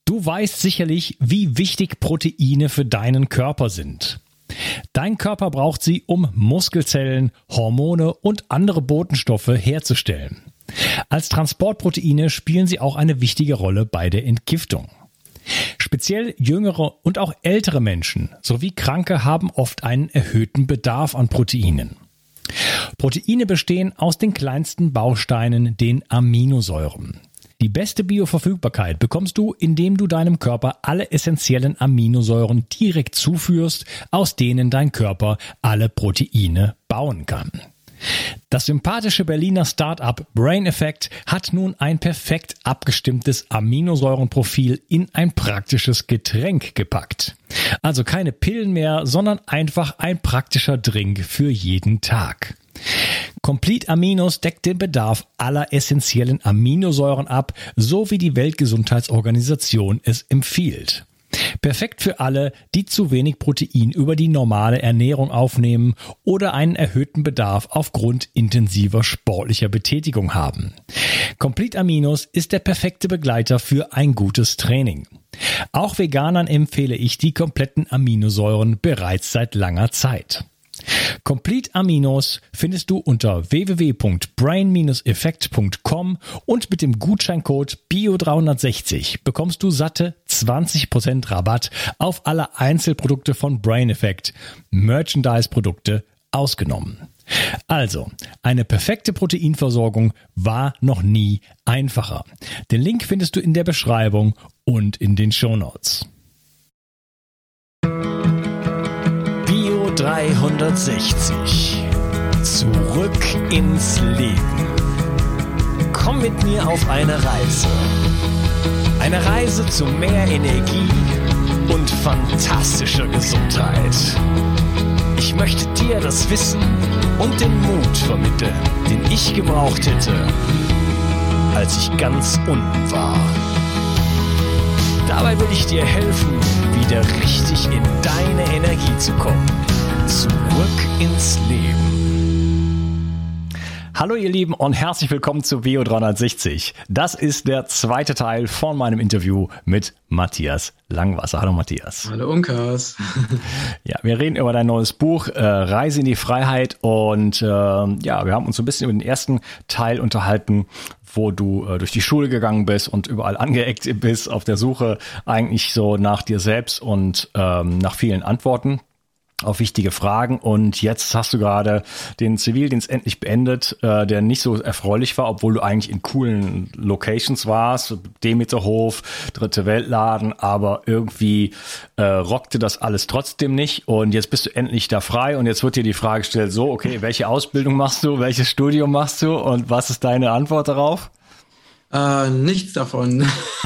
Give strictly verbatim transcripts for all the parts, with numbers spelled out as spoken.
Du weißt sicherlich, wie wichtig Proteine für deinen Körper sind. Dein Körper braucht sie, um Muskelzellen, Hormone und andere Botenstoffe herzustellen. Als Transportproteine spielen sie auch eine wichtige Rolle bei der Entgiftung. Speziell jüngere und auch ältere Menschen sowie Kranke haben oft einen erhöhten Bedarf an Proteinen. Proteine bestehen aus den kleinsten Bausteinen, den Aminosäuren. Die beste Bioverfügbarkeit bekommst du, indem du deinem Körper alle essentiellen Aminosäuren direkt zuführst, aus denen dein Körper alle Proteine bauen kann. Das sympathische Berliner Start-up Brain Effect hat nun ein perfekt abgestimmtes Aminosäurenprofil in ein praktisches Getränk gepackt. Also keine Pillen mehr, sondern einfach ein praktischer Drink für jeden Tag. Complete Aminos deckt den Bedarf aller essentiellen Aminosäuren ab, so wie die Weltgesundheitsorganisation es empfiehlt. Perfekt für alle, die zu wenig Protein über die normale Ernährung aufnehmen oder einen erhöhten Bedarf aufgrund intensiver sportlicher Betätigung haben. Complete Aminos ist der perfekte Begleiter für ein gutes Training. Auch Veganern empfehle ich die kompletten Aminosäuren bereits seit langer Zeit. Complete Aminos findest du unter w w w punkt brain effect punkt com und mit dem Gutscheincode B I O drei sechzig bekommst du satte zwanzig Prozent Rabatt auf alle Einzelprodukte von Brain Effect, Merchandise-Produkte ausgenommen. Also, eine perfekte Proteinversorgung war noch nie einfacher. Den Link findest du in der Beschreibung und in den Shownotes. dreihundertsechzig. Zurück ins Leben. Komm mit mir auf eine Reise. Eine Reise zu mehr Energie und fantastischer Gesundheit. Ich möchte dir das Wissen und den Mut vermitteln, den ich gebraucht hätte, als ich ganz unten war. Dabei will ich dir helfen, wieder richtig in deine Energie zu kommen. Zurück ins Leben. Hallo ihr Lieben und herzlich willkommen zu B I O dreihundertsechzig. Das ist der zweite Teil von meinem Interview mit Matthias Langwasser. Hallo Matthias. Hallo Unkas. Ja, wir reden über dein neues Buch äh, Reise in die Freiheit und äh, ja, wir haben uns so ein bisschen über den ersten Teil unterhalten, wo du äh, durch die Schule gegangen bist und überall angeeckt bist auf der Suche eigentlich so nach dir selbst und ähm, nach vielen Antworten auf wichtige Fragen. Und jetzt hast du gerade den Zivildienst endlich beendet, äh, der nicht so erfreulich war, obwohl du eigentlich in coolen Locations warst, Demeterhof, Dritte Weltladen, aber irgendwie äh, rockte das alles trotzdem nicht. Und jetzt bist du endlich da frei und jetzt wird dir die Frage gestellt, so, okay, welche Ausbildung machst du, welches Studium machst du und was ist deine Antwort darauf? Äh, nichts davon.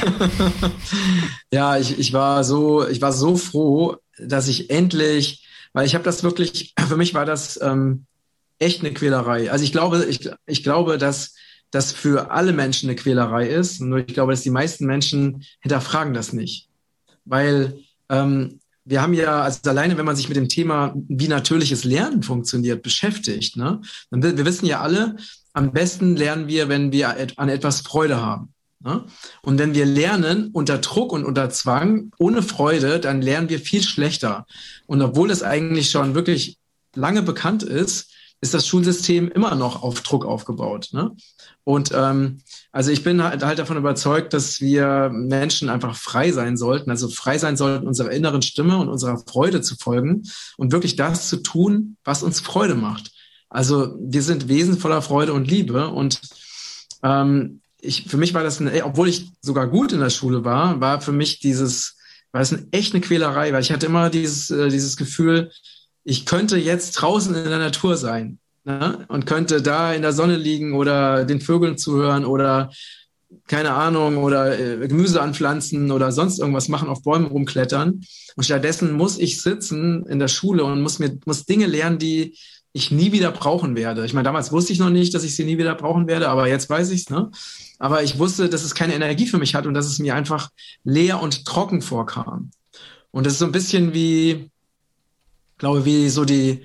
Ja, ich, ich war so, ich war so froh, dass ich endlich, weil ich habe das wirklich, für mich war das ähm, echt eine Quälerei. Also ich glaube, ich, ich glaube, dass das für alle Menschen eine Quälerei ist. Nur ich glaube, dass die meisten Menschen hinterfragen das nicht. Weil ähm, wir haben ja, also alleine, wenn man sich mit dem Thema, wie natürliches Lernen funktioniert, beschäftigt, ne? Dann, wir wissen ja alle, am besten lernen wir, wenn wir an etwas Freude haben. Ne? Und wenn wir lernen unter Druck und unter Zwang, ohne Freude, dann lernen wir viel schlechter. Und obwohl es eigentlich schon wirklich lange bekannt ist, ist das Schulsystem immer noch auf Druck aufgebaut. Ne? Und ähm, also ich bin halt, halt davon überzeugt, dass wir Menschen einfach frei sein sollten, also frei sein sollten, unserer inneren Stimme und unserer Freude zu folgen und wirklich das zu tun, was uns Freude macht. Also wir sind Wesen voller Freude und Liebe und ähm, ich, für mich war das, eine, obwohl ich sogar gut in der Schule war, war für mich dieses, war das eine, echt eine Quälerei, weil ich hatte immer dieses, äh, dieses Gefühl, ich könnte jetzt draußen in der Natur sein, ne? Und könnte da in der Sonne liegen oder den Vögeln zuhören oder keine Ahnung oder äh, Gemüse anpflanzen oder sonst irgendwas machen, auf Bäumen rumklettern. Und stattdessen muss ich sitzen in der Schule und muss mir muss Dinge lernen, die ich nie wieder brauchen werde. Ich meine, damals wusste ich noch nicht, dass ich sie nie wieder brauchen werde, aber jetzt weiß ich's, ne? Aber ich wusste, dass es keine Energie für mich hat und dass es mir einfach leer und trocken vorkam. Und das ist so ein bisschen wie, glaube wie so die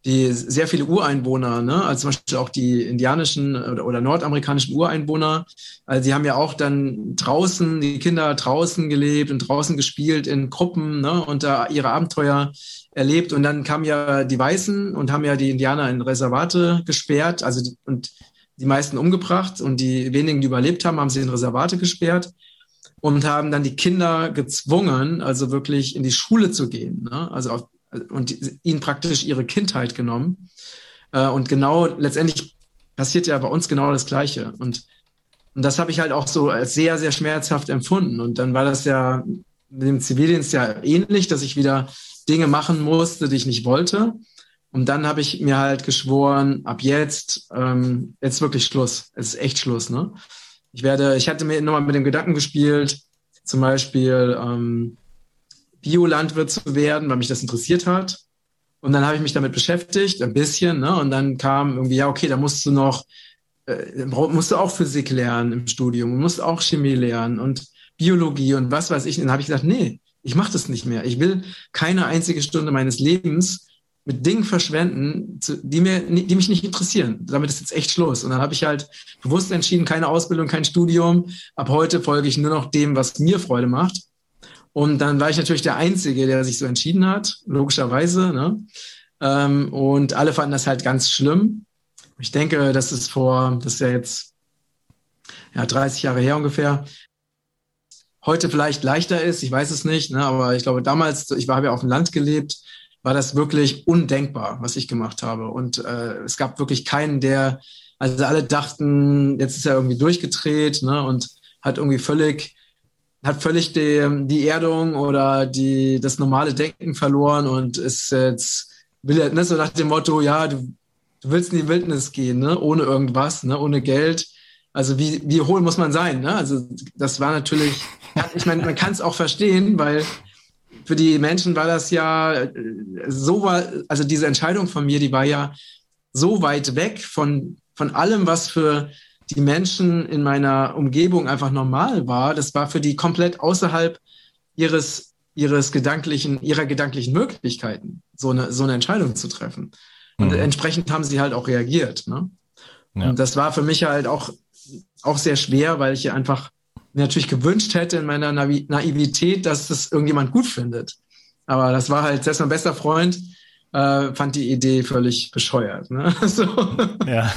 die sehr viele Ureinwohner, ne, also zum Beispiel auch die indianischen oder, oder nordamerikanischen Ureinwohner, also die haben ja auch dann draußen, die Kinder draußen gelebt und draußen gespielt in Gruppen, ne, und da ihre Abenteuer erlebt. Und dann kamen ja die Weißen und haben ja die Indianer in Reservate gesperrt, also die, und die meisten umgebracht und die wenigen, die überlebt haben, haben sie in Reservate gesperrt und haben dann die Kinder gezwungen, also wirklich in die Schule zu gehen, ne, also auf und die, ihnen praktisch ihre Kindheit genommen. Äh, und genau, letztendlich passiert ja bei uns genau das Gleiche. Und, und das habe ich halt auch so als sehr, sehr schmerzhaft empfunden. Und dann war das ja mit dem Zivildienst ja ähnlich, dass ich wieder Dinge machen musste, die ich nicht wollte. Und dann habe ich mir halt geschworen, ab jetzt, ähm, jetzt wirklich Schluss. Es ist echt Schluss, ne? Ich werde, ich hatte mir nochmal mit dem Gedanken gespielt, zum Beispiel, ähm, Biolandwirt zu werden, weil mich das interessiert hat. Und dann habe ich mich damit beschäftigt, ein bisschen, ne? Und dann kam irgendwie, ja, okay, da musst du noch, äh, musst du auch Physik lernen im Studium, musst auch Chemie lernen und Biologie und was weiß ich. Und dann habe ich gesagt, nee, ich mache das nicht mehr. Ich will keine einzige Stunde meines Lebens mit Dingen verschwenden, die mir, die mich nicht interessieren. Damit ist jetzt echt Schluss. Und dann habe ich halt bewusst entschieden, keine Ausbildung, kein Studium. Ab heute folge ich nur noch dem, was mir Freude macht. Und dann war ich natürlich der Einzige, der sich so entschieden hat, logischerweise, ne? Ähm, und alle fanden das halt ganz schlimm. Ich denke, das ist vor, das ist ja jetzt ja, dreißig Jahre her ungefähr, heute vielleicht leichter ist, ich weiß es nicht, ne? Aber ich glaube, damals, ich habe ja auf dem Land gelebt, war das wirklich undenkbar, was ich gemacht habe. Und äh, es gab wirklich keinen, der, also alle dachten, jetzt ist er irgendwie durchgedreht, ne? Und hat irgendwie völlig hat völlig die, die Erdung oder die, das normale Denken verloren und ist jetzt, will er, ne, so nach dem Motto, ja, du, du willst in die Wildnis gehen, ne, ohne irgendwas, ne, ohne Geld. Also wie, wie hohl muss man sein, ne? Also das war natürlich, ich meine, man kann es auch verstehen, weil für die Menschen war das ja so, war, also diese Entscheidung von mir, die war ja so weit weg von, von allem, was für die Menschen in meiner Umgebung einfach normal war. Das war für die komplett außerhalb ihres, ihres gedanklichen, ihrer gedanklichen Möglichkeiten, so eine, so eine Entscheidung zu treffen. Und mhm. entsprechend haben sie halt auch reagiert, ne? Ja. Und das war für mich halt auch, auch sehr schwer, weil ich einfach mir natürlich gewünscht hätte in meiner Naiv- Naivität, dass das irgendjemand gut findet. Aber das war halt, selbst mein bester Freund Äh, fand die Idee völlig bescheuert. Ne? So. Ja.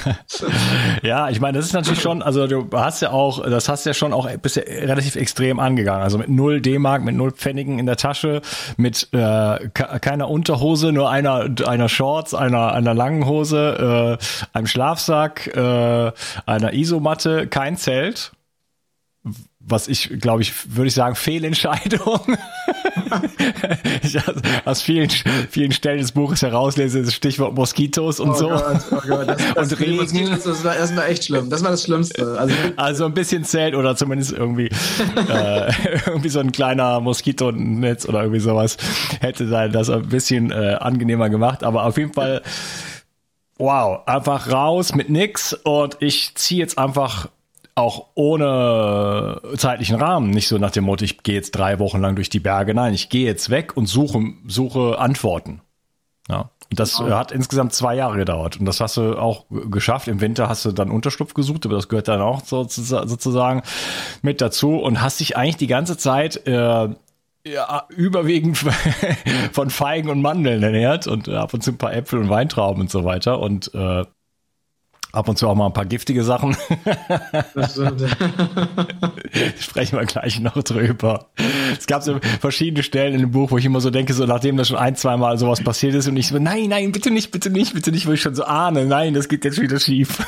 Ja, ich meine, das ist natürlich schon, also du hast ja auch, das hast ja schon auch bisher relativ extrem angegangen. Also mit null D-Mark, mit null Pfennigen in der Tasche, mit äh, ke- keiner Unterhose, nur einer einer Shorts, einer einer langen Hose, äh, einem Schlafsack, äh, einer Isomatte, kein Zelt. Was ich, glaube ich, würde ich sagen, Fehlentscheidung. Ich aus vielen, vielen Stellen des Buches herauslese, das Stichwort Moskitos und oh so. Gott, oh Gott, das, das und Regen. Moskitos, das war erstmal echt schlimm. Das war das Schlimmste. Also, also ein bisschen Zelt oder zumindest irgendwie, äh, irgendwie so ein kleiner Moskitonetz oder irgendwie sowas hätte das ein bisschen äh, angenehmer gemacht. Aber auf jeden Fall, wow, einfach raus mit nix und ich ziehe jetzt einfach auch ohne zeitlichen Rahmen, nicht so nach dem Motto, ich gehe jetzt drei Wochen lang durch die Berge. Nein, ich gehe jetzt weg und suche, suche Antworten. Ja. Und das genau. hat insgesamt zwei Jahre gedauert. Und das hast du auch geschafft. Im Winter hast du dann Unterschlupf gesucht, aber das gehört dann auch so, sozusagen mit dazu. Und hast dich eigentlich die ganze Zeit äh, ja, überwiegend von Feigen und Mandeln ernährt und ab und zu ein paar Äpfel und Weintrauben und so weiter. Und äh, ab und zu auch mal ein paar giftige Sachen. Sprechen wir gleich noch drüber. Es gab so verschiedene Stellen in dem Buch, wo ich immer so denke, so nachdem da schon ein, zwei Mal sowas passiert ist und ich so, nein, nein, bitte nicht, bitte nicht, bitte nicht, wo ich schon so ahne, nein, das geht jetzt wieder schief.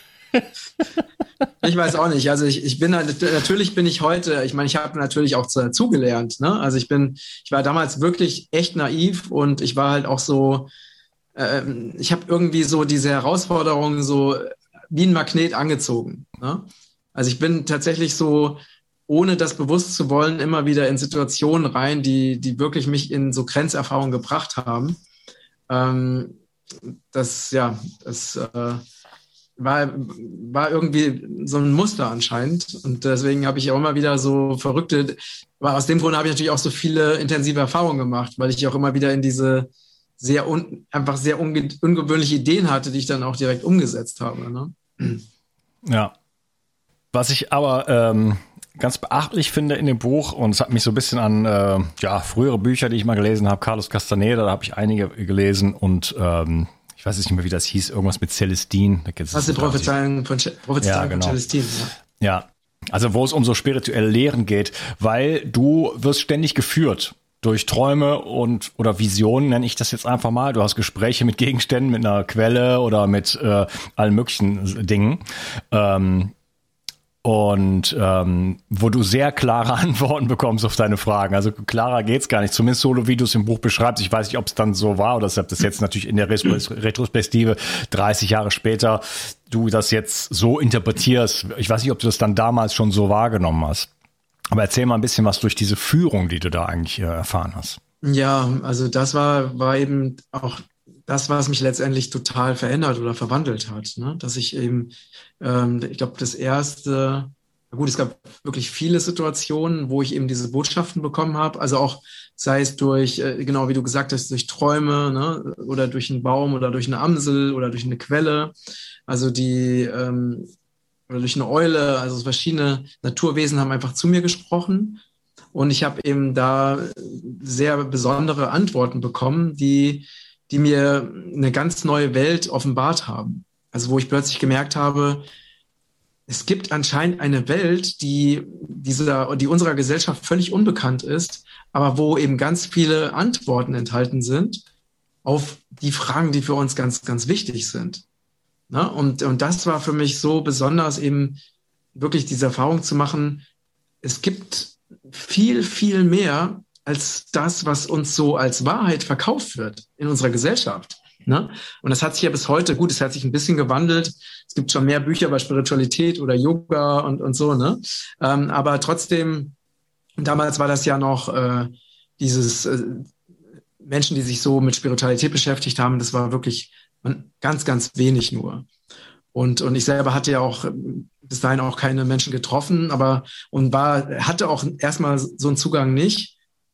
Ich weiß auch nicht. Also ich, ich bin halt, natürlich bin ich heute, ich meine, ich habe natürlich auch dazugelernt, ne? Also ich bin, ich war damals wirklich echt naiv und ich war halt auch so, ich habe irgendwie so diese Herausforderungen so wie ein Magnet angezogen. Ne? Also ich bin tatsächlich so, ohne das bewusst zu wollen, immer wieder in Situationen rein, die, die wirklich mich in so Grenzerfahrungen gebracht haben. Ähm, das, ja, das äh, war, war irgendwie so ein Muster anscheinend. Und deswegen habe ich auch immer wieder so verrückte, aber aus dem Grund habe ich natürlich auch so viele intensive Erfahrungen gemacht, weil ich auch immer wieder in diese sehr un, einfach sehr unge, ungewöhnliche Ideen hatte, die ich dann auch direkt umgesetzt habe. Ne? Ja. Was ich aber ähm, ganz beachtlich finde in dem Buch, und es hat mich so ein bisschen an äh, ja frühere Bücher, die ich mal gelesen habe, Carlos Castaneda, da habe ich einige gelesen und ähm, ich weiß nicht mehr, wie das hieß, irgendwas mit Celestin. Das ist die Prophezeiung von, Prophezeiung ja, genau. von Celestin. Ja. ja, also wo es um so spirituelle Lehren geht, weil du wirst ständig geführt durch Träume und oder Visionen, nenne ich das jetzt einfach mal. Du hast Gespräche mit Gegenständen, mit einer Quelle oder mit äh, allen möglichen Dingen. Ähm, Und ähm, wo du sehr klare Antworten bekommst auf deine Fragen. Also klarer geht's gar nicht. Zumindest so, wie du es im Buch beschreibst. Ich weiß nicht, ob es dann so war oder ob das jetzt natürlich in der Retrospektive dreißig Jahre später du das jetzt so interpretierst. Ich weiß nicht, ob du das dann damals schon so wahrgenommen hast. Aber erzähl mal ein bisschen was durch diese Führung, die du da eigentlich äh, erfahren hast. Ja, also das war war eben auch das, was mich letztendlich total verändert oder verwandelt hat, ne? Dass ich eben, ähm, ich glaube, das erste, gut, es gab wirklich viele Situationen, wo ich eben diese Botschaften bekommen habe, also auch sei es durch, äh, genau wie du gesagt hast, durch Träume, ne? Oder durch einen Baum oder durch eine Amsel oder durch eine Quelle, also die, ähm, oder durch eine Eule, also verschiedene Naturwesen haben einfach zu mir gesprochen und ich habe eben da sehr besondere Antworten bekommen, die die mir eine ganz neue Welt offenbart haben. Also wo ich plötzlich gemerkt habe, es gibt anscheinend eine Welt, die dieser, die unserer Gesellschaft völlig unbekannt ist, aber wo eben ganz viele Antworten enthalten sind auf die Fragen, die für uns ganz, ganz wichtig sind. Ne? Und, und das war für mich so besonders, eben wirklich diese Erfahrung zu machen, es gibt viel, viel mehr als das, was uns so als Wahrheit verkauft wird in unserer Gesellschaft. Ne? Und das hat sich ja bis heute, gut, es hat sich ein bisschen gewandelt. Es gibt schon mehr Bücher über Spiritualität oder Yoga und, und so, ne? Ähm, aber trotzdem, damals war das ja noch äh, dieses äh, Menschen, die sich so mit Spiritualität beschäftigt haben, das war wirklich ganz, ganz wenig nur. Und, und ich selber hatte ja auch bis dahin auch keine Menschen getroffen, aber und war, hatte auch erstmal so einen Zugang nicht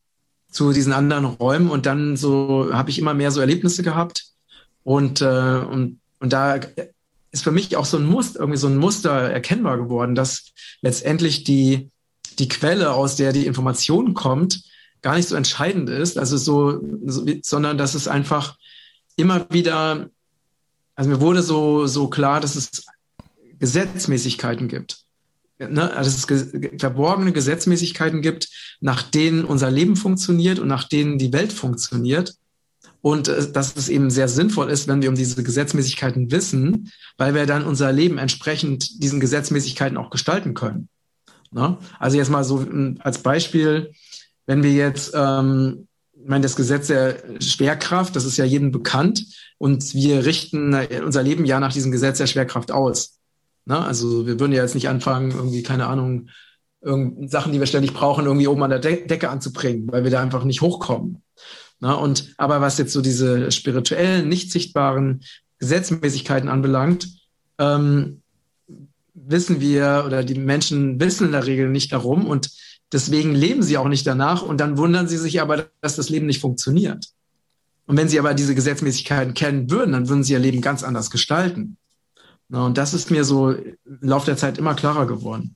zu diesen anderen Räumen und dann so habe ich immer mehr so Erlebnisse gehabt und äh, und und da ist für mich auch so ein Muster irgendwie so ein Muster erkennbar geworden, dass letztendlich die die Quelle, aus der die Information kommt, gar nicht so entscheidend ist, also so, so sondern dass es einfach immer wieder, also mir wurde so so klar, dass es Gesetzmäßigkeiten gibt. Ne, also es ge- verborgene Gesetzmäßigkeiten gibt, nach denen unser Leben funktioniert und nach denen die Welt funktioniert. Und äh, dass es eben sehr sinnvoll ist, wenn wir um diese Gesetzmäßigkeiten wissen, weil wir dann unser Leben entsprechend diesen Gesetzmäßigkeiten auch gestalten können. Ne? Also jetzt mal so als Beispiel, wenn wir jetzt, ähm, ich meine, das Gesetz der Schwerkraft, das ist ja jedem bekannt und wir richten unser Leben ja nach diesem Gesetz der Schwerkraft aus. Na, also wir würden ja jetzt nicht anfangen, irgendwie, keine Ahnung, Sachen, die wir ständig brauchen, irgendwie oben an der De- Decke anzubringen, weil wir da einfach nicht hochkommen. Na, und aber was jetzt so diese spirituellen, nicht sichtbaren Gesetzmäßigkeiten anbelangt, ähm, wissen wir oder die Menschen wissen in der Regel nicht darum und deswegen leben sie auch nicht danach und dann wundern sie sich aber, dass das Leben nicht funktioniert. Und wenn sie aber diese Gesetzmäßigkeiten kennen würden, dann würden sie ihr Leben ganz anders gestalten. Na, und das ist mir so im Laufe der Zeit immer klarer geworden.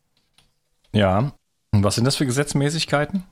Ja, und was sind das für Gesetzmäßigkeiten?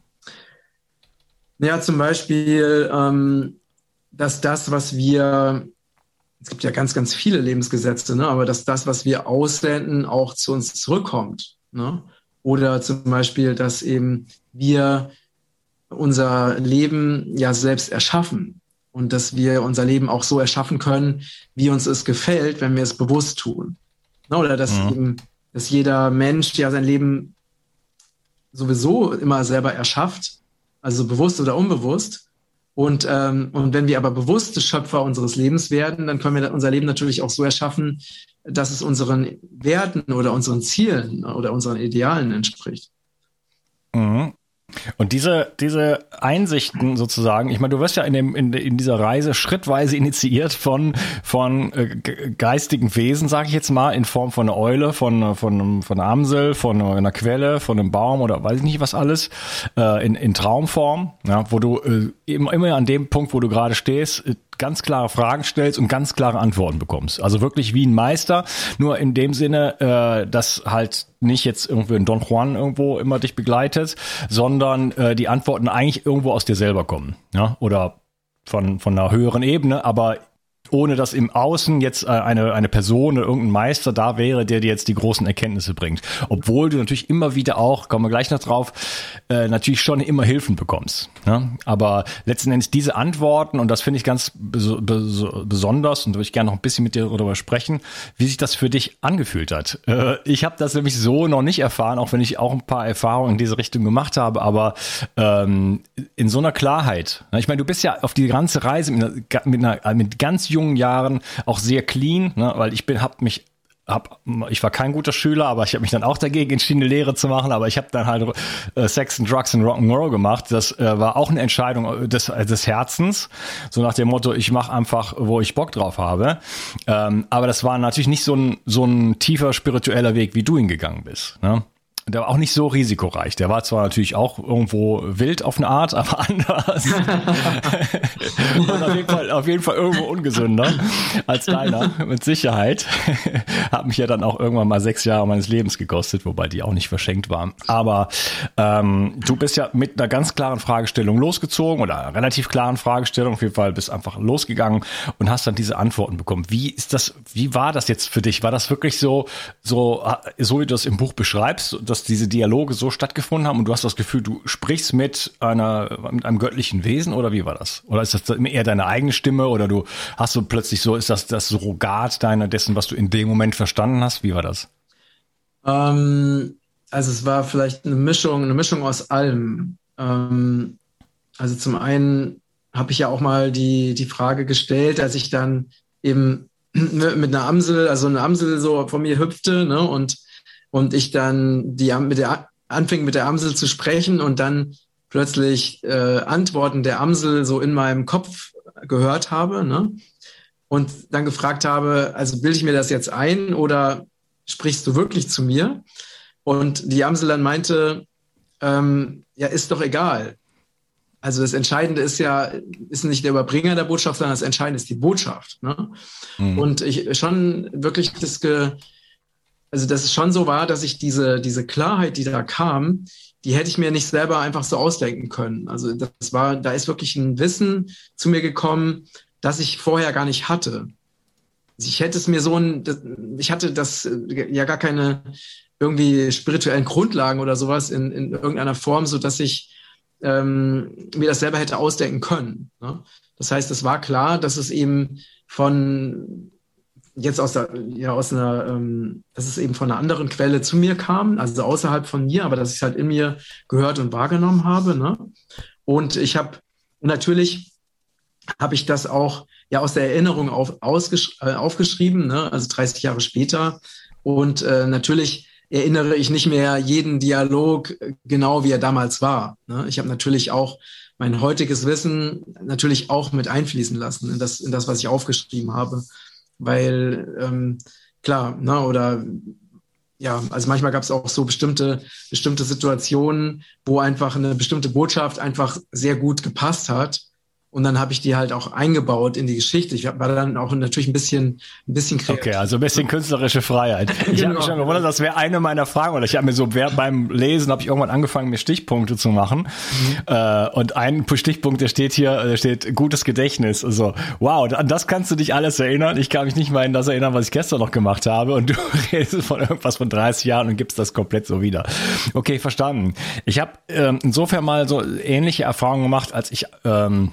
Ja, zum Beispiel, ähm, dass das, was wir, es gibt ja ganz, ganz viele Lebensgesetze, ne, aber dass das, was wir aussenden, auch zu uns zurückkommt. Ne? Oder zum Beispiel, dass eben wir unser Leben ja selbst erschaffen. Und dass wir unser Leben auch so erschaffen können, wie uns es gefällt, wenn wir es bewusst tun. Oder dass, mhm. eben, dass jeder Mensch ja sein Leben sowieso immer selber erschafft, also bewusst oder unbewusst. Und, ähm, und wenn wir aber bewusste Schöpfer unseres Lebens werden, dann können wir unser Leben natürlich auch so erschaffen, dass es unseren Werten oder unseren Zielen oder unseren Idealen entspricht. Mhm. Und diese diese Einsichten sozusagen, ich meine, du wirst ja in dem in, in dieser Reise schrittweise initiiert von von äh, geistigen Wesen, sage ich jetzt mal, in Form von einer Eule, von von von einer Amsel, von einer Quelle, von einem Baum oder weiß ich nicht was alles, äh, in in Traumform, ja, wo du äh, immer, immer an dem Punkt, wo du gerade stehst, ganz klare Fragen stellst und ganz klare Antworten bekommst. Also wirklich wie ein Meister, nur in dem Sinne, äh, dass halt nicht jetzt irgendwie ein Don Juan irgendwo immer dich begleitet, sondern äh, die Antworten eigentlich irgendwo aus dir selber kommen, ja, oder von von einer höheren Ebene, aber ohne dass im Außen jetzt eine eine Person oder irgendein Meister da wäre, der dir jetzt die großen Erkenntnisse bringt. Obwohl du natürlich immer wieder auch, kommen wir gleich noch drauf, äh, natürlich schon immer Hilfen bekommst. Ne? Aber letzten Endes diese Antworten, und das finde ich ganz bes- bes- besonders, und da würde ich gerne noch ein bisschen mit dir darüber sprechen, wie sich das für dich angefühlt hat. Äh, ich habe das nämlich so noch nicht erfahren, auch wenn ich auch ein paar Erfahrungen in diese Richtung gemacht habe, aber ähm, in so einer Klarheit. Ne? Ich meine, du bist ja auf die ganze Reise mit einer, mit, einer, mit ganz jungen Jahren auch sehr clean, ne, weil ich bin, hab mich, hab, ich war kein guter Schüler, aber ich habe mich dann auch dagegen entschieden, eine Lehre zu machen, aber ich habe dann halt äh, Sex and Drugs and Rock'n'Roll gemacht. Das äh, war auch eine Entscheidung des, des Herzens, so nach dem Motto, ich mache einfach, wo ich Bock drauf habe. Ähm, aber das war natürlich nicht so ein so ein tiefer spiritueller Weg, wie du ihn gegangen bist, ne? Der war auch nicht so risikoreich. Der war zwar natürlich auch irgendwo wild auf eine Art, aber anders. Und auf jeden Fall, auf jeden Fall irgendwo ungesünder als deiner, mit Sicherheit. Hat mich ja dann auch irgendwann mal sechs Jahre meines Lebens gekostet, wobei die auch nicht verschenkt waren. Aber ähm, du bist ja mit einer ganz klaren Fragestellung losgezogen oder einer relativ klaren Fragestellung. Auf jeden Fall bist einfach losgegangen und hast dann diese Antworten bekommen. Wie ist das? Wie war das jetzt für dich? War das wirklich so, so, so wie du das im Buch beschreibst, dass diese Dialoge so stattgefunden haben und du hast das Gefühl, du sprichst mit einer, mit einem göttlichen Wesen, oder wie war das? Oder ist das eher deine eigene Stimme, oder du hast so plötzlich so, ist das das Surrogat deiner dessen, was du in dem Moment verstanden hast? Wie war das? Ähm, also es war vielleicht eine Mischung, eine Mischung aus allem. Ähm, also zum einen habe ich ja auch mal die, die Frage gestellt, als ich dann eben mit einer Amsel, also eine Amsel so von mir hüpfte, ne, und Und ich dann die mit der anfing mit der Amsel zu sprechen und dann plötzlich äh, Antworten der Amsel so in meinem Kopf gehört habe, ne? Und dann gefragt habe, also bilde ich mir das jetzt ein oder sprichst du wirklich zu mir? Und die Amsel dann meinte, ähm, ja, ist doch egal. Also das Entscheidende ist ja, ist nicht der Überbringer der Botschaft, sondern das Entscheidende ist die Botschaft, ne? Mhm. Und ich schon wirklich das ge Also, dass es schon so war, dass ich diese, diese Klarheit, die da kam, die hätte ich mir nicht selber einfach so ausdenken können. Also, das war, da ist wirklich ein Wissen zu mir gekommen, das ich vorher gar nicht hatte. Also ich hätte es mir so ein, ich hatte das ja gar keine irgendwie spirituellen Grundlagen oder sowas in, in irgendeiner Form, so dass ich ähm, mir das selber hätte ausdenken können, ne? Das heißt, es war klar, dass es eben von jetzt aus der, ja, aus einer, ähm, dass es eben von einer anderen Quelle zu mir kam, also außerhalb von mir, aber dass ich es halt in mir gehört und wahrgenommen habe, ne? Und ich habe, natürlich habe ich das auch ja aus der Erinnerung auf, ausgesch- äh, aufgeschrieben, ne? Also dreißig Jahre später. Und äh, natürlich erinnere ich nicht mehr jeden Dialog genau, wie er damals war, ne? Ich habe natürlich auch mein heutiges Wissen natürlich auch mit einfließen lassen in das, in das, was ich aufgeschrieben habe. Weil, ähm, klar, ne, oder ja, also manchmal gab es auch so bestimmte, bestimmte Situationen, wo einfach eine bestimmte Botschaft einfach sehr gut gepasst hat. Und dann habe ich die halt auch eingebaut in die Geschichte. Ich war dann auch natürlich ein bisschen, ein bisschen kreativ. Okay, also ein bisschen künstlerische Freiheit. Ich genau. habe mich schon gewundert, das wäre eine meiner Fragen. Oder ich habe mir so beim Lesen habe ich irgendwann angefangen, mir Stichpunkte zu machen. Mhm. Äh, und ein Stichpunkt, der steht hier, der steht gutes Gedächtnis. Also wow, an das kannst du dich alles erinnern. Ich kann mich nicht mal an das erinnern, was ich gestern noch gemacht habe. Und du redest von irgendwas von dreißig Jahren und gibst das komplett so wieder. Okay, verstanden. Ich habe ähm, insofern mal so ähnliche Erfahrungen gemacht, als ich ähm,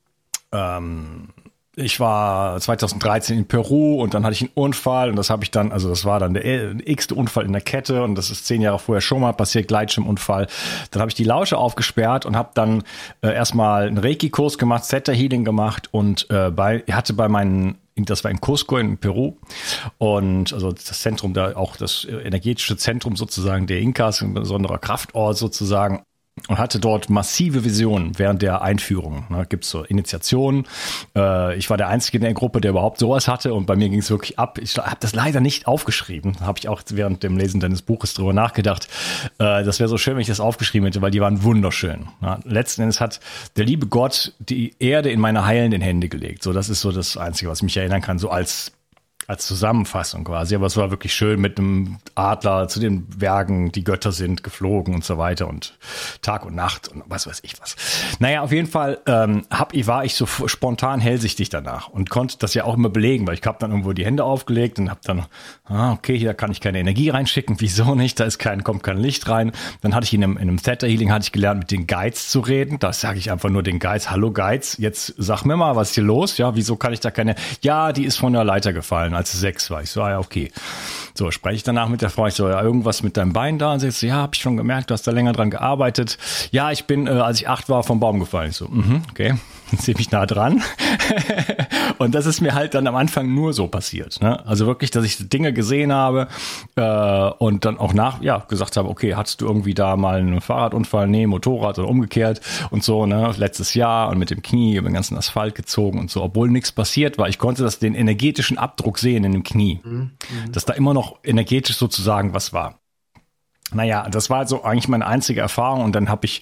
Ähm, ich war zweitausenddreizehn in Peru und dann hatte ich einen Unfall und das habe ich dann, also das war dann der x-te Unfall in der Kette und das ist zehn Jahre vorher schon mal passiert, Gleitschirmunfall. Dann habe ich die Lausche aufgesperrt und habe dann äh, erstmal einen Reiki-Kurs gemacht, Theta Healing gemacht und äh, bei, hatte bei meinen das war in Cusco in Peru und also das Zentrum da, auch das energetische Zentrum sozusagen der Inkas, ein besonderer Kraftort sozusagen. und hatte dort massive Visionen während der Einführung. Da gibt's so Initiationen. Äh, ich war der Einzige in der Gruppe, der überhaupt sowas hatte und bei mir ging es wirklich ab. Ich habe das leider nicht aufgeschrieben. Da habe ich auch während dem Lesen deines Buches drüber nachgedacht. Äh, das wäre so schön, wenn ich das aufgeschrieben hätte, weil die waren wunderschön. Ja, letzten Endes hat der liebe Gott die Erde in meine heilenden Hände gelegt. So, das ist so das Einzige, was ich mich erinnern kann, so als als Zusammenfassung quasi, aber es war wirklich schön mit einem Adler zu den Bergen, die Götter sind geflogen und so weiter und Tag und Nacht und was weiß ich was. Naja, auf jeden Fall ähm, hab ich, war ich so spontan hellsichtig danach und konnte das ja auch immer belegen, weil ich habe dann irgendwo die Hände aufgelegt und habe dann, ah, okay, hier kann ich keine Energie reinschicken, wieso nicht, da ist kein, kommt kein Licht rein. Dann hatte ich in einem, in einem Theta Healing hatte ich gelernt, mit den Guides zu reden. Da sage ich einfach nur den Guides, hallo Guides, jetzt sag mir mal, was ist hier los? Ja, wieso kann ich da keine, ja, die ist von der Leiter gefallen, als sie sechs war. Ich so, ah ja, okay. So, spreche ich danach mit der Frau, ich so, ja, irgendwas mit deinem Bein da? Und sie so, ja, habe ich schon gemerkt, du hast da länger dran gearbeitet. Ja, ich bin, äh, als ich acht war, vom Baum gefallen. Ich so, mhm, okay, ziemlich nah dran. Und das ist mir halt dann am Anfang nur so passiert. Ne? Also wirklich, dass ich Dinge gesehen habe äh, und dann auch nach, ja, gesagt habe, okay, hattest du irgendwie da mal einen Fahrradunfall? Nee, Motorrad oder umgekehrt und so, ne, letztes Jahr und mit dem Knie über den ganzen Asphalt gezogen und so, obwohl nichts passiert war. Ich konnte das, den energetischen Abdruck sehen in dem Knie, mhm. dass da immer noch energetisch sozusagen was war. Naja, das war so eigentlich meine einzige Erfahrung und dann habe ich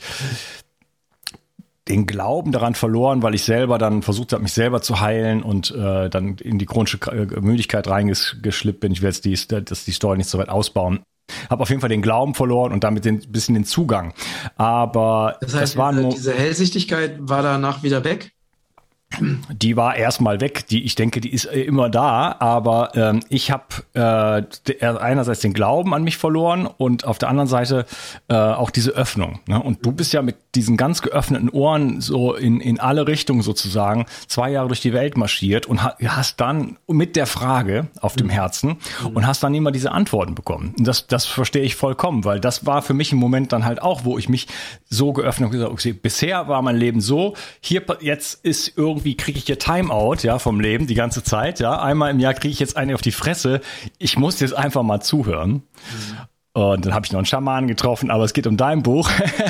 den Glauben daran verloren, weil ich selber dann versucht habe, mich selber zu heilen und äh, dann in die chronische Müdigkeit reingeschlippt bin. Ich will jetzt die, dass die Story nicht so weit ausbauen. Habe auf jeden Fall den Glauben verloren und damit ein bisschen den Zugang. Aber das heißt, das war diese, nur, diese Hellsichtigkeit war danach wieder weg? Die war erstmal weg. Die, ich denke, die ist immer da. Aber ähm, ich habe äh, einerseits den Glauben an mich verloren und auf der anderen Seite äh, auch diese Öffnung. Ne? Und du bist ja mit diesen ganz geöffneten Ohren so in, in alle Richtungen sozusagen zwei Jahre durch die Welt marschiert und hast dann mit der Frage auf dem Herzen und hast dann immer diese Antworten bekommen. Und das, das verstehe ich vollkommen, weil das war für mich im Moment dann halt auch, wo ich mich so geöffnet habe und gesagt, okay, bisher war mein Leben so, hier jetzt ist irgendwie kriege ich hier Timeout, ja, vom Leben die ganze Zeit, ja. Einmal im Jahr kriege ich jetzt eine auf die Fresse. Ich muss jetzt einfach mal zuhören. Mhm. Und dann habe ich noch einen Schamanen getroffen, aber es geht um dein Buch.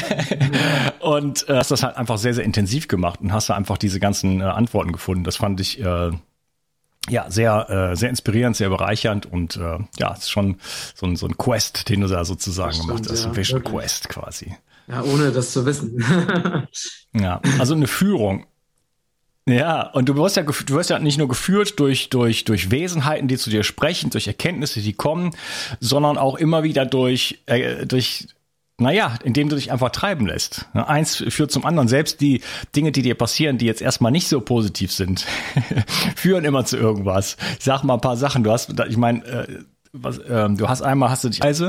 Und äh, hast das halt einfach sehr, sehr intensiv gemacht und hast da einfach diese ganzen äh, Antworten gefunden. Das fand ich äh, ja sehr, äh, sehr inspirierend, sehr bereichernd und äh, ja, es ist schon so ein, so ein Quest, den du da sozusagen stimmt, gemacht hast. Ja, ein Vision wirklich. Quest quasi. Ja, ohne das zu wissen. Ja, also eine Führung. Ja, und du wirst ja, du wirst ja nicht nur geführt durch, durch, durch Wesenheiten, die zu dir sprechen, durch Erkenntnisse, die kommen, sondern auch immer wieder durch, äh, durch, naja, indem du dich einfach treiben lässt. Eins führt zum anderen. Selbst die Dinge, die dir passieren, die jetzt erstmal nicht so positiv sind, führen immer zu irgendwas. Ich sag mal ein paar Sachen. Du hast, ich meine, äh, was, äh, du hast einmal, hast du dich Reise?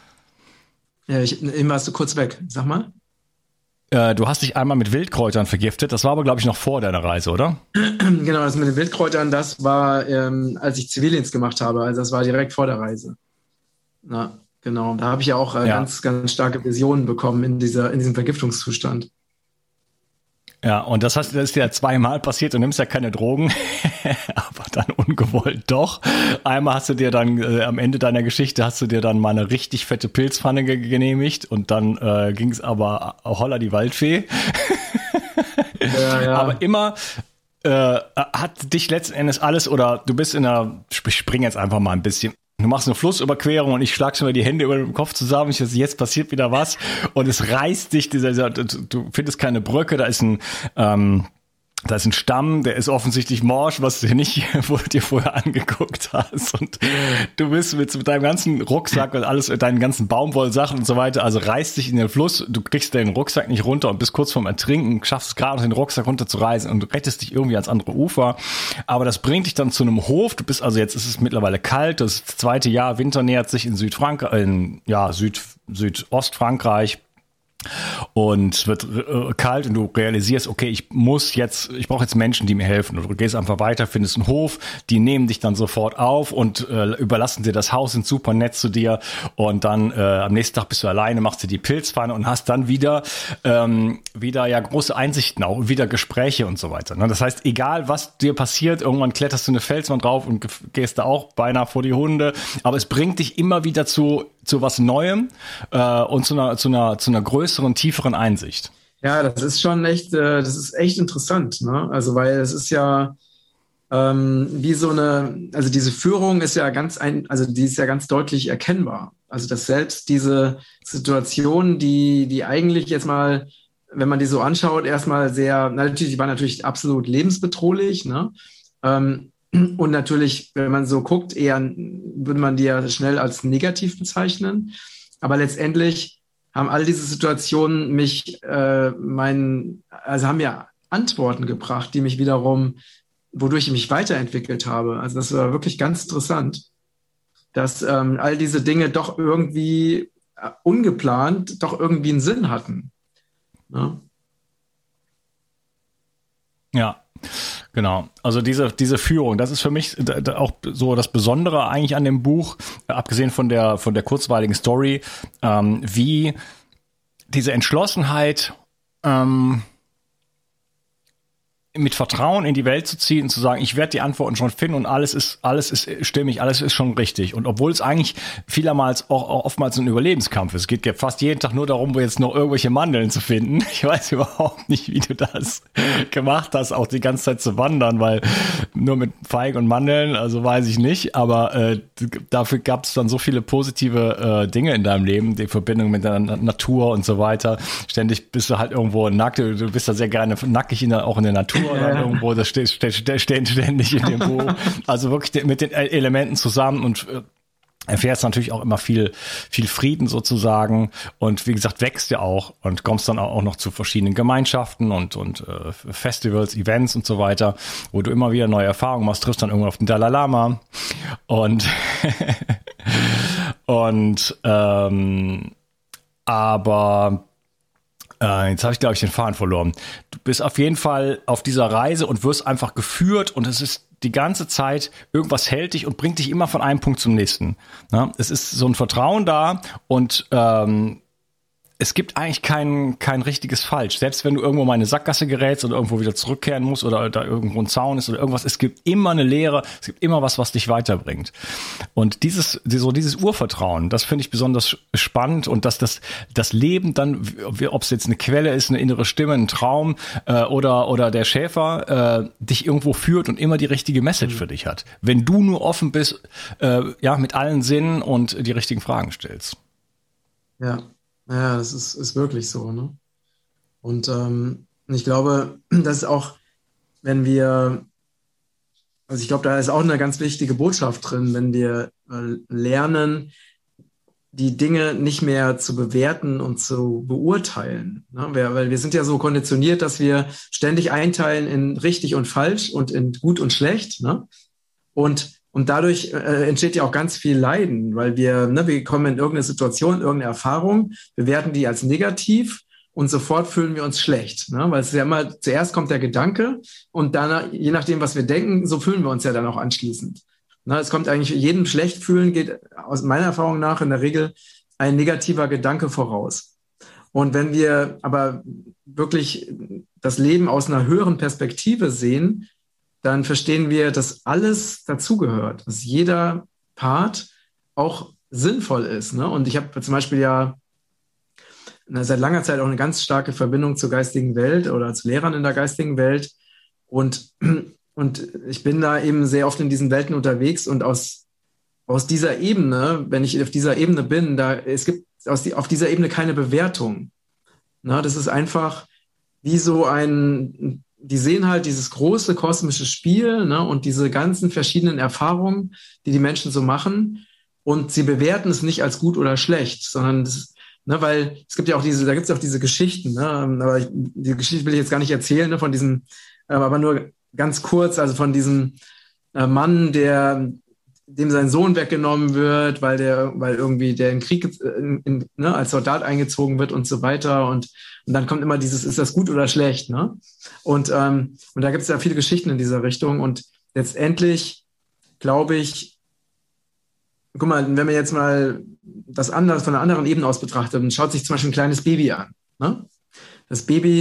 Ja, ich, eben warst du kurz weg. Sag mal. Du hast dich einmal mit Wildkräutern vergiftet. Das war aber, glaube ich, noch vor deiner Reise, oder? Genau, das mit den Wildkräutern, das war, ähm, als ich Zivildienst gemacht habe. Also das war direkt vor der Reise. Na, genau. Da habe ich ja auch äh, ja. ganz, ganz starke Visionen bekommen in dieser, in diesem Vergiftungszustand. Ja, und das, hast, das ist ja zweimal passiert. Du nimmst ja keine Drogen, aber dann ungewollt doch. Einmal hast du dir dann, äh, am Ende deiner Geschichte hast du dir dann mal eine richtig fette Pilzpfanne ge- genehmigt und dann äh, ging es aber holla die Waldfee. Ja, ja. Aber immer äh, hat dich letzten Endes alles, oder du bist in einer, ich spring jetzt einfach mal ein bisschen, du machst eine Flussüberquerung und ich schlag schon mal die Hände über den Kopf zusammen. Ich weiß, jetzt passiert wieder was und es reißt dich. Dieser, dieser, du findest keine Brücke, da ist ein ähm, da ist ein Stamm, der ist offensichtlich morsch, was du nicht wo du dir vorher angeguckt hast. Und du bist mit, mit deinem ganzen Rucksack und alles, deinen ganzen Baumwollsachen und so weiter, also reißt dich in den Fluss, du kriegst deinen Rucksack nicht runter und bist kurz vorm Ertrinken, schaffst es gerade noch den Rucksack runterzureißen und rettest dich irgendwie ans andere Ufer. Aber das bringt dich dann zu einem Hof. Du bist also, jetzt ist es mittlerweile kalt, das zweite Jahr, Winter nähert sich in Südfrankreich, in ja, Süd, Südostfrankreich. Und es wird äh, kalt und du realisierst, okay, ich muss jetzt, ich brauche jetzt Menschen, die mir helfen. Und du gehst einfach weiter, findest einen Hof, die nehmen dich dann sofort auf und äh, überlassen dir das Haus, sind super nett zu dir. Und dann äh, am nächsten Tag bist du alleine, machst dir die Pilzpfanne und hast dann wieder ähm, wieder ja große Einsichten auch, wieder Gespräche und so weiter. Ne? Das heißt, egal was dir passiert, irgendwann kletterst du eine Felswand drauf und gehst da auch beinahe vor die Hunde. Aber es bringt dich immer wieder zu zu was Neuem äh, und zu einer, zu einer, zu einer größeren, tieferen Einsicht. Ja, das ist schon echt, äh, das ist echt interessant, ne? Also, weil es ist ja ähm, wie so eine, also diese Führung ist ja ganz ein, also die ist ja ganz deutlich erkennbar. Also, dass selbst diese Situationen, die, die eigentlich jetzt mal, wenn man die so anschaut, erstmal sehr, natürlich, die waren natürlich absolut lebensbedrohlich, ne? Ähm, und natürlich, wenn man so guckt, eher würde man die ja schnell als negativ bezeichnen. Aber letztendlich haben all diese Situationen mich, äh, meinen, also haben ja Antworten gebracht, die mich wiederum, wodurch ich mich weiterentwickelt habe. Also das war wirklich ganz interessant, dass ähm, all diese Dinge doch irgendwie äh, ungeplant, doch irgendwie einen Sinn hatten. Ne? Ja. Genau, also diese diese Führung, das ist für mich auch so das Besondere eigentlich an dem Buch, abgesehen von der von der kurzweiligen Story, ähm, wie diese Entschlossenheit, ähm, mit Vertrauen in die Welt zu ziehen und zu sagen, ich werde die Antworten schon finden und alles ist alles ist stimmig, alles ist schon richtig. Und obwohl es eigentlich vielermals auch, auch oftmals ein Überlebenskampf ist, es geht ja fast jeden Tag nur darum, jetzt noch irgendwelche Mandeln zu finden. Ich weiß überhaupt nicht, wie du das gemacht hast, auch die ganze Zeit zu wandern, weil nur mit Feigen und Mandeln, also weiß ich nicht, aber äh, dafür gab es dann so viele positive äh, Dinge in deinem Leben, die Verbindung mit der Natur und so weiter. Ständig bist du halt irgendwo nackt, du bist da sehr gerne nackig in der, auch in der Natur. Oder irgendwo, das steht, steht, steht ständig in dem Buch. Also wirklich mit den Elementen zusammen und erfährst natürlich auch immer viel, viel Frieden sozusagen und wie gesagt wächst ja auch und kommst dann auch noch zu verschiedenen Gemeinschaften und und äh, Festivals, Events und so weiter, wo du immer wieder neue Erfahrungen machst, triffst dann irgendwann auf den Dalai Lama und und ähm, aber Äh, jetzt habe ich, glaube ich, den Faden verloren. Du bist auf jeden Fall auf dieser Reise und wirst einfach geführt und es ist die ganze Zeit, irgendwas hält dich und bringt dich immer von einem Punkt zum nächsten. Ja, es ist so ein Vertrauen da und ähm, es gibt eigentlich kein, kein richtiges Falsch. Selbst wenn du irgendwo mal in eine Sackgasse gerätst oder irgendwo wieder zurückkehren musst oder da irgendwo ein Zaun ist oder irgendwas, es gibt immer eine Lehre, es gibt immer was, was dich weiterbringt. Und dieses, so dieses Urvertrauen, das finde ich besonders spannend und dass das, das Leben dann, ob es jetzt eine Quelle ist, eine innere Stimme, ein Traum äh, oder, oder der Schäfer, äh, dich irgendwo führt und immer die richtige Message mhm. für dich hat. Wenn du nur offen bist, äh, ja, mit allen Sinnen und die richtigen Fragen stellst. Ja. Ja, das ist, ist wirklich so, ne? Und ähm, ich glaube, das ist auch, wenn wir, also ich glaube, da ist auch eine ganz wichtige Botschaft drin, wenn wir äh, lernen, die Dinge nicht mehr zu bewerten und zu beurteilen. Ne? Wir, weil wir sind ja so konditioniert, dass wir ständig einteilen in richtig und falsch und in gut und schlecht, ne? Und Und dadurch äh, entsteht ja auch ganz viel Leiden, weil wir, ne, wir kommen in irgendeine Situation, irgendeine Erfahrung, bewerten die als negativ und sofort fühlen wir uns schlecht, ne? Weil es ist ja immer, zuerst kommt der Gedanke und dann, je nachdem, was wir denken, so fühlen wir uns ja dann auch anschließend. Ne, es kommt eigentlich, jedem schlecht fühlen geht aus meiner Erfahrung nach in der Regel ein negativer Gedanke voraus. Und wenn wir aber wirklich das Leben aus einer höheren Perspektive sehen, dann verstehen wir, dass alles dazugehört, dass jeder Part auch sinnvoll ist. Ne? Und ich habe zum Beispiel ja seit langer Zeit auch eine ganz starke Verbindung zur geistigen Welt oder zu Lehrern in der geistigen Welt. Und, und ich bin da eben sehr oft in diesen Welten unterwegs und aus, aus dieser Ebene, wenn ich auf dieser Ebene bin, da es gibt aus die, auf dieser Ebene keine Bewertung. Na, das ist einfach wie so ein die sehen halt dieses große kosmische Spiel, ne, und diese ganzen verschiedenen Erfahrungen, die die Menschen so machen. Und sie bewerten es nicht als gut oder schlecht, sondern das, ne, weil es gibt ja auch diese, da gibt es auch diese Geschichten, ne, aber ich, die Geschichte will ich jetzt gar nicht erzählen, ne, von diesem, aber nur ganz kurz, also von diesem äh, Mann, der dem sein Sohn weggenommen wird, weil der, weil irgendwie der in Krieg in, in, ne, als Soldat eingezogen wird und so weiter. Und, und dann kommt immer dieses, ist das gut oder schlecht, ne? Und, ähm, und da gibt es ja viele Geschichten in dieser Richtung. Und letztendlich glaube ich, guck mal, wenn man jetzt mal das anders von einer anderen Ebene aus betrachtet und schaut sich zum Beispiel ein kleines Baby an, ne? Das Baby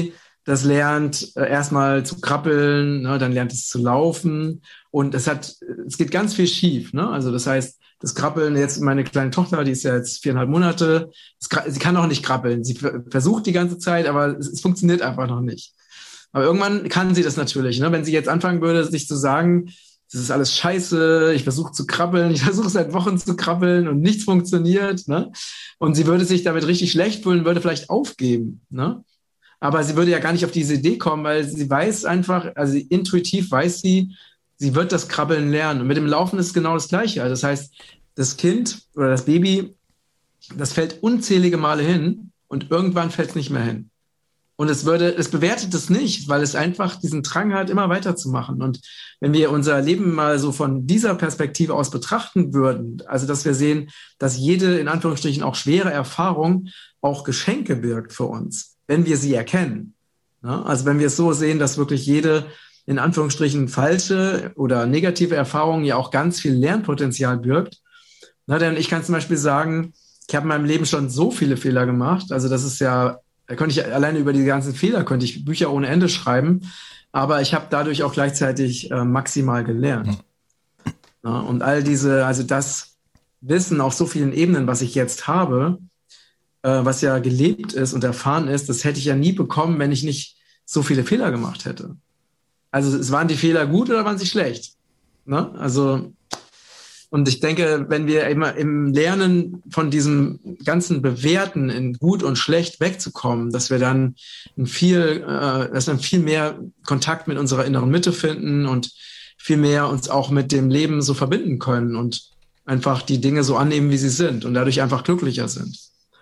das lernt äh, erstmal zu krabbeln, ne, dann lernt es zu laufen und es hat, es geht ganz viel schief, ne? Also das heißt, das Krabbeln, jetzt meine kleine Tochter, die ist ja jetzt viereinhalb Monate, es, sie kann noch nicht krabbeln. Sie versucht die ganze Zeit, aber es, es funktioniert einfach noch nicht. Aber irgendwann kann sie das natürlich, ne? Wenn sie jetzt anfangen würde, sich zu sagen, das ist alles scheiße, ich versuche zu krabbeln, ich versuche seit Wochen zu krabbeln und nichts funktioniert, ne? Und sie würde sich damit richtig schlecht fühlen, würde vielleicht aufgeben, ne? Aber sie würde ja gar nicht auf diese Idee kommen, weil sie weiß einfach, also intuitiv weiß sie, sie wird das Krabbeln lernen. Und mit dem Laufen ist genau das Gleiche. Also das heißt, das Kind oder das Baby, das fällt unzählige Male hin und irgendwann fällt es nicht mehr hin. Und es würde, es bewertet es nicht, weil es einfach diesen Drang hat, immer weiterzumachen. Und wenn wir unser Leben mal so von dieser Perspektive aus betrachten würden, also dass wir sehen, dass jede, in Anführungsstrichen, auch schwere Erfahrung auch Geschenke birgt für uns, wenn wir sie erkennen. Ja, also wenn wir es so sehen, dass wirklich jede, in Anführungsstrichen, falsche oder negative Erfahrung ja auch ganz viel Lernpotenzial birgt. Na, denn ich kann zum Beispiel sagen, ich habe in meinem Leben schon so viele Fehler gemacht. Also das ist ja, da könnte ich alleine über die ganzen Fehler, könnte ich Bücher ohne Ende schreiben. Aber ich habe dadurch auch gleichzeitig äh, maximal gelernt. Ja, und all diese, also das Wissen auf so vielen Ebenen, was ich jetzt habe, was ja gelebt ist und erfahren ist, das hätte ich ja nie bekommen, wenn ich nicht so viele Fehler gemacht hätte. Also es waren die Fehler gut oder waren sie schlecht? Ne? Also, und ich denke, wenn wir immer im Lernen von diesem ganzen Bewerten in gut und schlecht wegzukommen, dass wir dann ein viel, äh, dass wir viel mehr Kontakt mit unserer inneren Mitte finden und viel mehr uns auch mit dem Leben so verbinden können und einfach die Dinge so annehmen, wie sie sind und dadurch einfach glücklicher sind.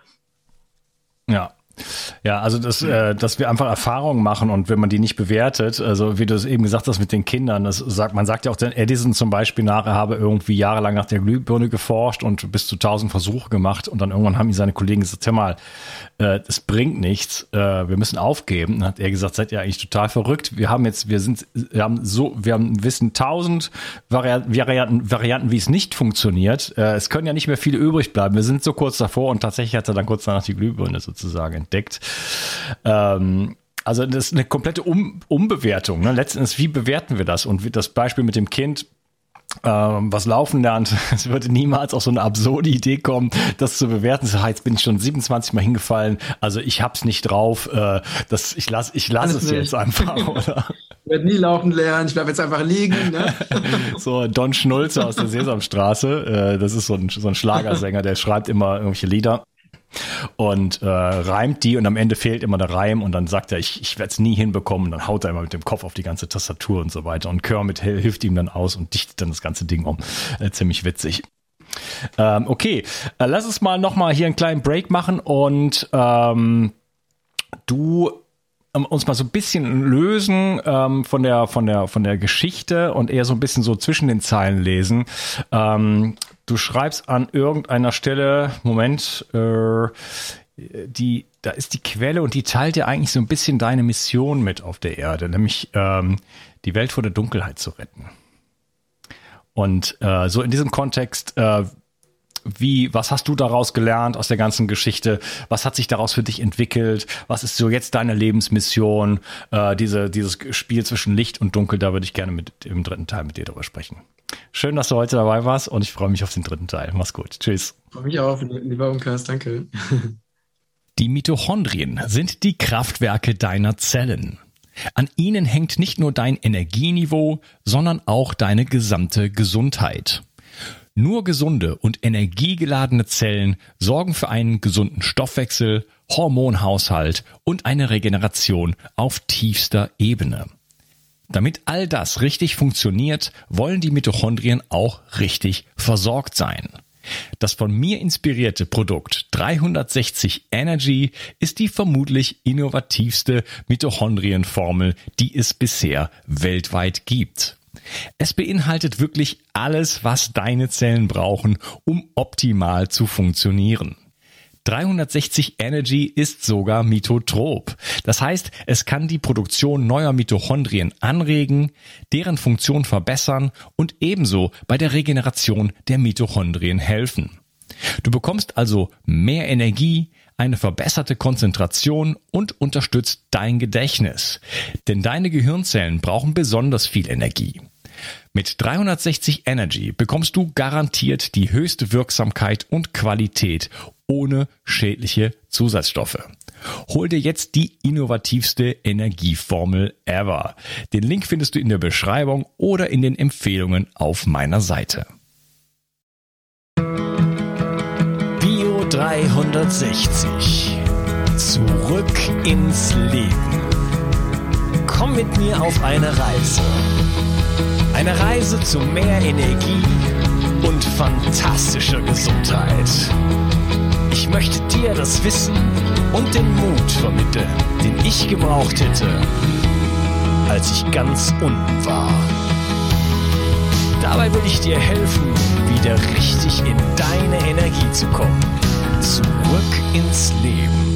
Ja. Ja, also das, äh, dass wir einfach Erfahrungen machen und wenn man die nicht bewertet, also wie du es eben gesagt hast mit den Kindern, das sagt, man sagt ja auch, den Edison zum Beispiel nachher habe irgendwie jahrelang nach der Glühbirne geforscht und bis zu tausend Versuche gemacht und dann irgendwann haben ihm seine Kollegen gesagt, hör mal, äh, das bringt nichts, äh, wir müssen aufgeben. Dann hat er gesagt, seid ihr eigentlich total verrückt? Wir haben jetzt, wir sind, wir haben so, wir haben wissen tausend Varianten, Varianten, wie es nicht funktioniert. Äh, es können ja nicht mehr viele übrig bleiben. Wir sind so kurz davor und tatsächlich hat er dann kurz danach die Glühbirne sozusagen entdeckt. Ähm, also das ist eine komplette um Umbewertung. Ne? Letztendlich, wie bewerten wir das? Und das Beispiel mit dem Kind, ähm, was laufen lernt, es würde niemals auf so eine absurde Idee kommen, das zu bewerten. So, jetzt bin ich schon siebenundzwanzig Mal hingefallen, also ich hab's nicht drauf, äh, das, ich lasse ich lass es nicht. Jetzt einfach, oder? Ich werde nie laufen lernen, ich bleibe jetzt einfach liegen. Ne? So Don Schnulze aus der Sesamstraße, äh, das ist so ein, so ein Schlagersänger, der schreibt immer irgendwelche Lieder und äh, reimt die und am Ende fehlt immer der Reim und dann sagt er, ich, ich werde es nie hinbekommen und dann haut er immer mit dem Kopf auf die ganze Tastatur und so weiter und Kermit hilft ihm dann aus und dichtet dann das ganze Ding um. Äh, ziemlich witzig. Ähm, okay, äh, lass uns mal nochmal hier einen kleinen Break machen und ähm, du ähm, uns mal so ein bisschen lösen ähm, von der von der von der Geschichte und eher so ein bisschen so zwischen den Zeilen lesen. Ähm, Du schreibst an irgendeiner Stelle, Moment, äh, die, da ist die Quelle und die teilt dir eigentlich so ein bisschen deine Mission mit auf der Erde, nämlich ähm, die Welt vor der Dunkelheit zu retten. Und äh, so in diesem Kontext, äh, wie, was hast du daraus gelernt aus der ganzen Geschichte? Was hat sich daraus für dich entwickelt? Was ist so jetzt deine Lebensmission? Äh, diese, dieses Spiel zwischen Licht und Dunkel, da würde ich gerne mit im dritten Teil mit dir darüber sprechen. Schön, dass du heute dabei warst und ich freue mich auf den dritten Teil. Mach's gut. Tschüss. Ich freue mich auch, lieber Unkas. Danke. Die Mitochondrien sind die Kraftwerke deiner Zellen. An ihnen hängt nicht nur dein Energieniveau, sondern auch deine gesamte Gesundheit. Nur gesunde und energiegeladene Zellen sorgen für einen gesunden Stoffwechsel, Hormonhaushalt und eine Regeneration auf tiefster Ebene. Damit all das richtig funktioniert, wollen die Mitochondrien auch richtig versorgt sein. Das von mir inspirierte Produkt dreihundertsechzig Energy ist die vermutlich innovativste Mitochondrienformel, die es bisher weltweit gibt. Es beinhaltet wirklich alles, was deine Zellen brauchen, um optimal zu funktionieren. dreihundertsechzig Energy ist sogar mitotrop. Das heißt, es kann die Produktion neuer Mitochondrien anregen, deren Funktion verbessern und ebenso bei der Regeneration der Mitochondrien helfen. Du bekommst also mehr Energie, eine verbesserte Konzentration und unterstützt dein Gedächtnis. Denn deine Gehirnzellen brauchen besonders viel Energie. Mit dreihundertsechzig Energy bekommst du garantiert die höchste Wirksamkeit und Qualität ohne schädliche Zusatzstoffe. Hol dir jetzt die innovativste Energieformel ever. Den Link findest du in der Beschreibung oder in den Empfehlungen auf meiner Seite. Bio dreihundertsechzig. Zurück ins Leben. Komm mit mir auf eine Reise. Eine Reise zu mehr Energie und fantastischer Gesundheit. Ich möchte dir das Wissen und den Mut vermitteln, den ich gebraucht hätte, als ich ganz unten war. Dabei will ich dir helfen, wieder richtig in deine Energie zu kommen. Zurück ins Leben.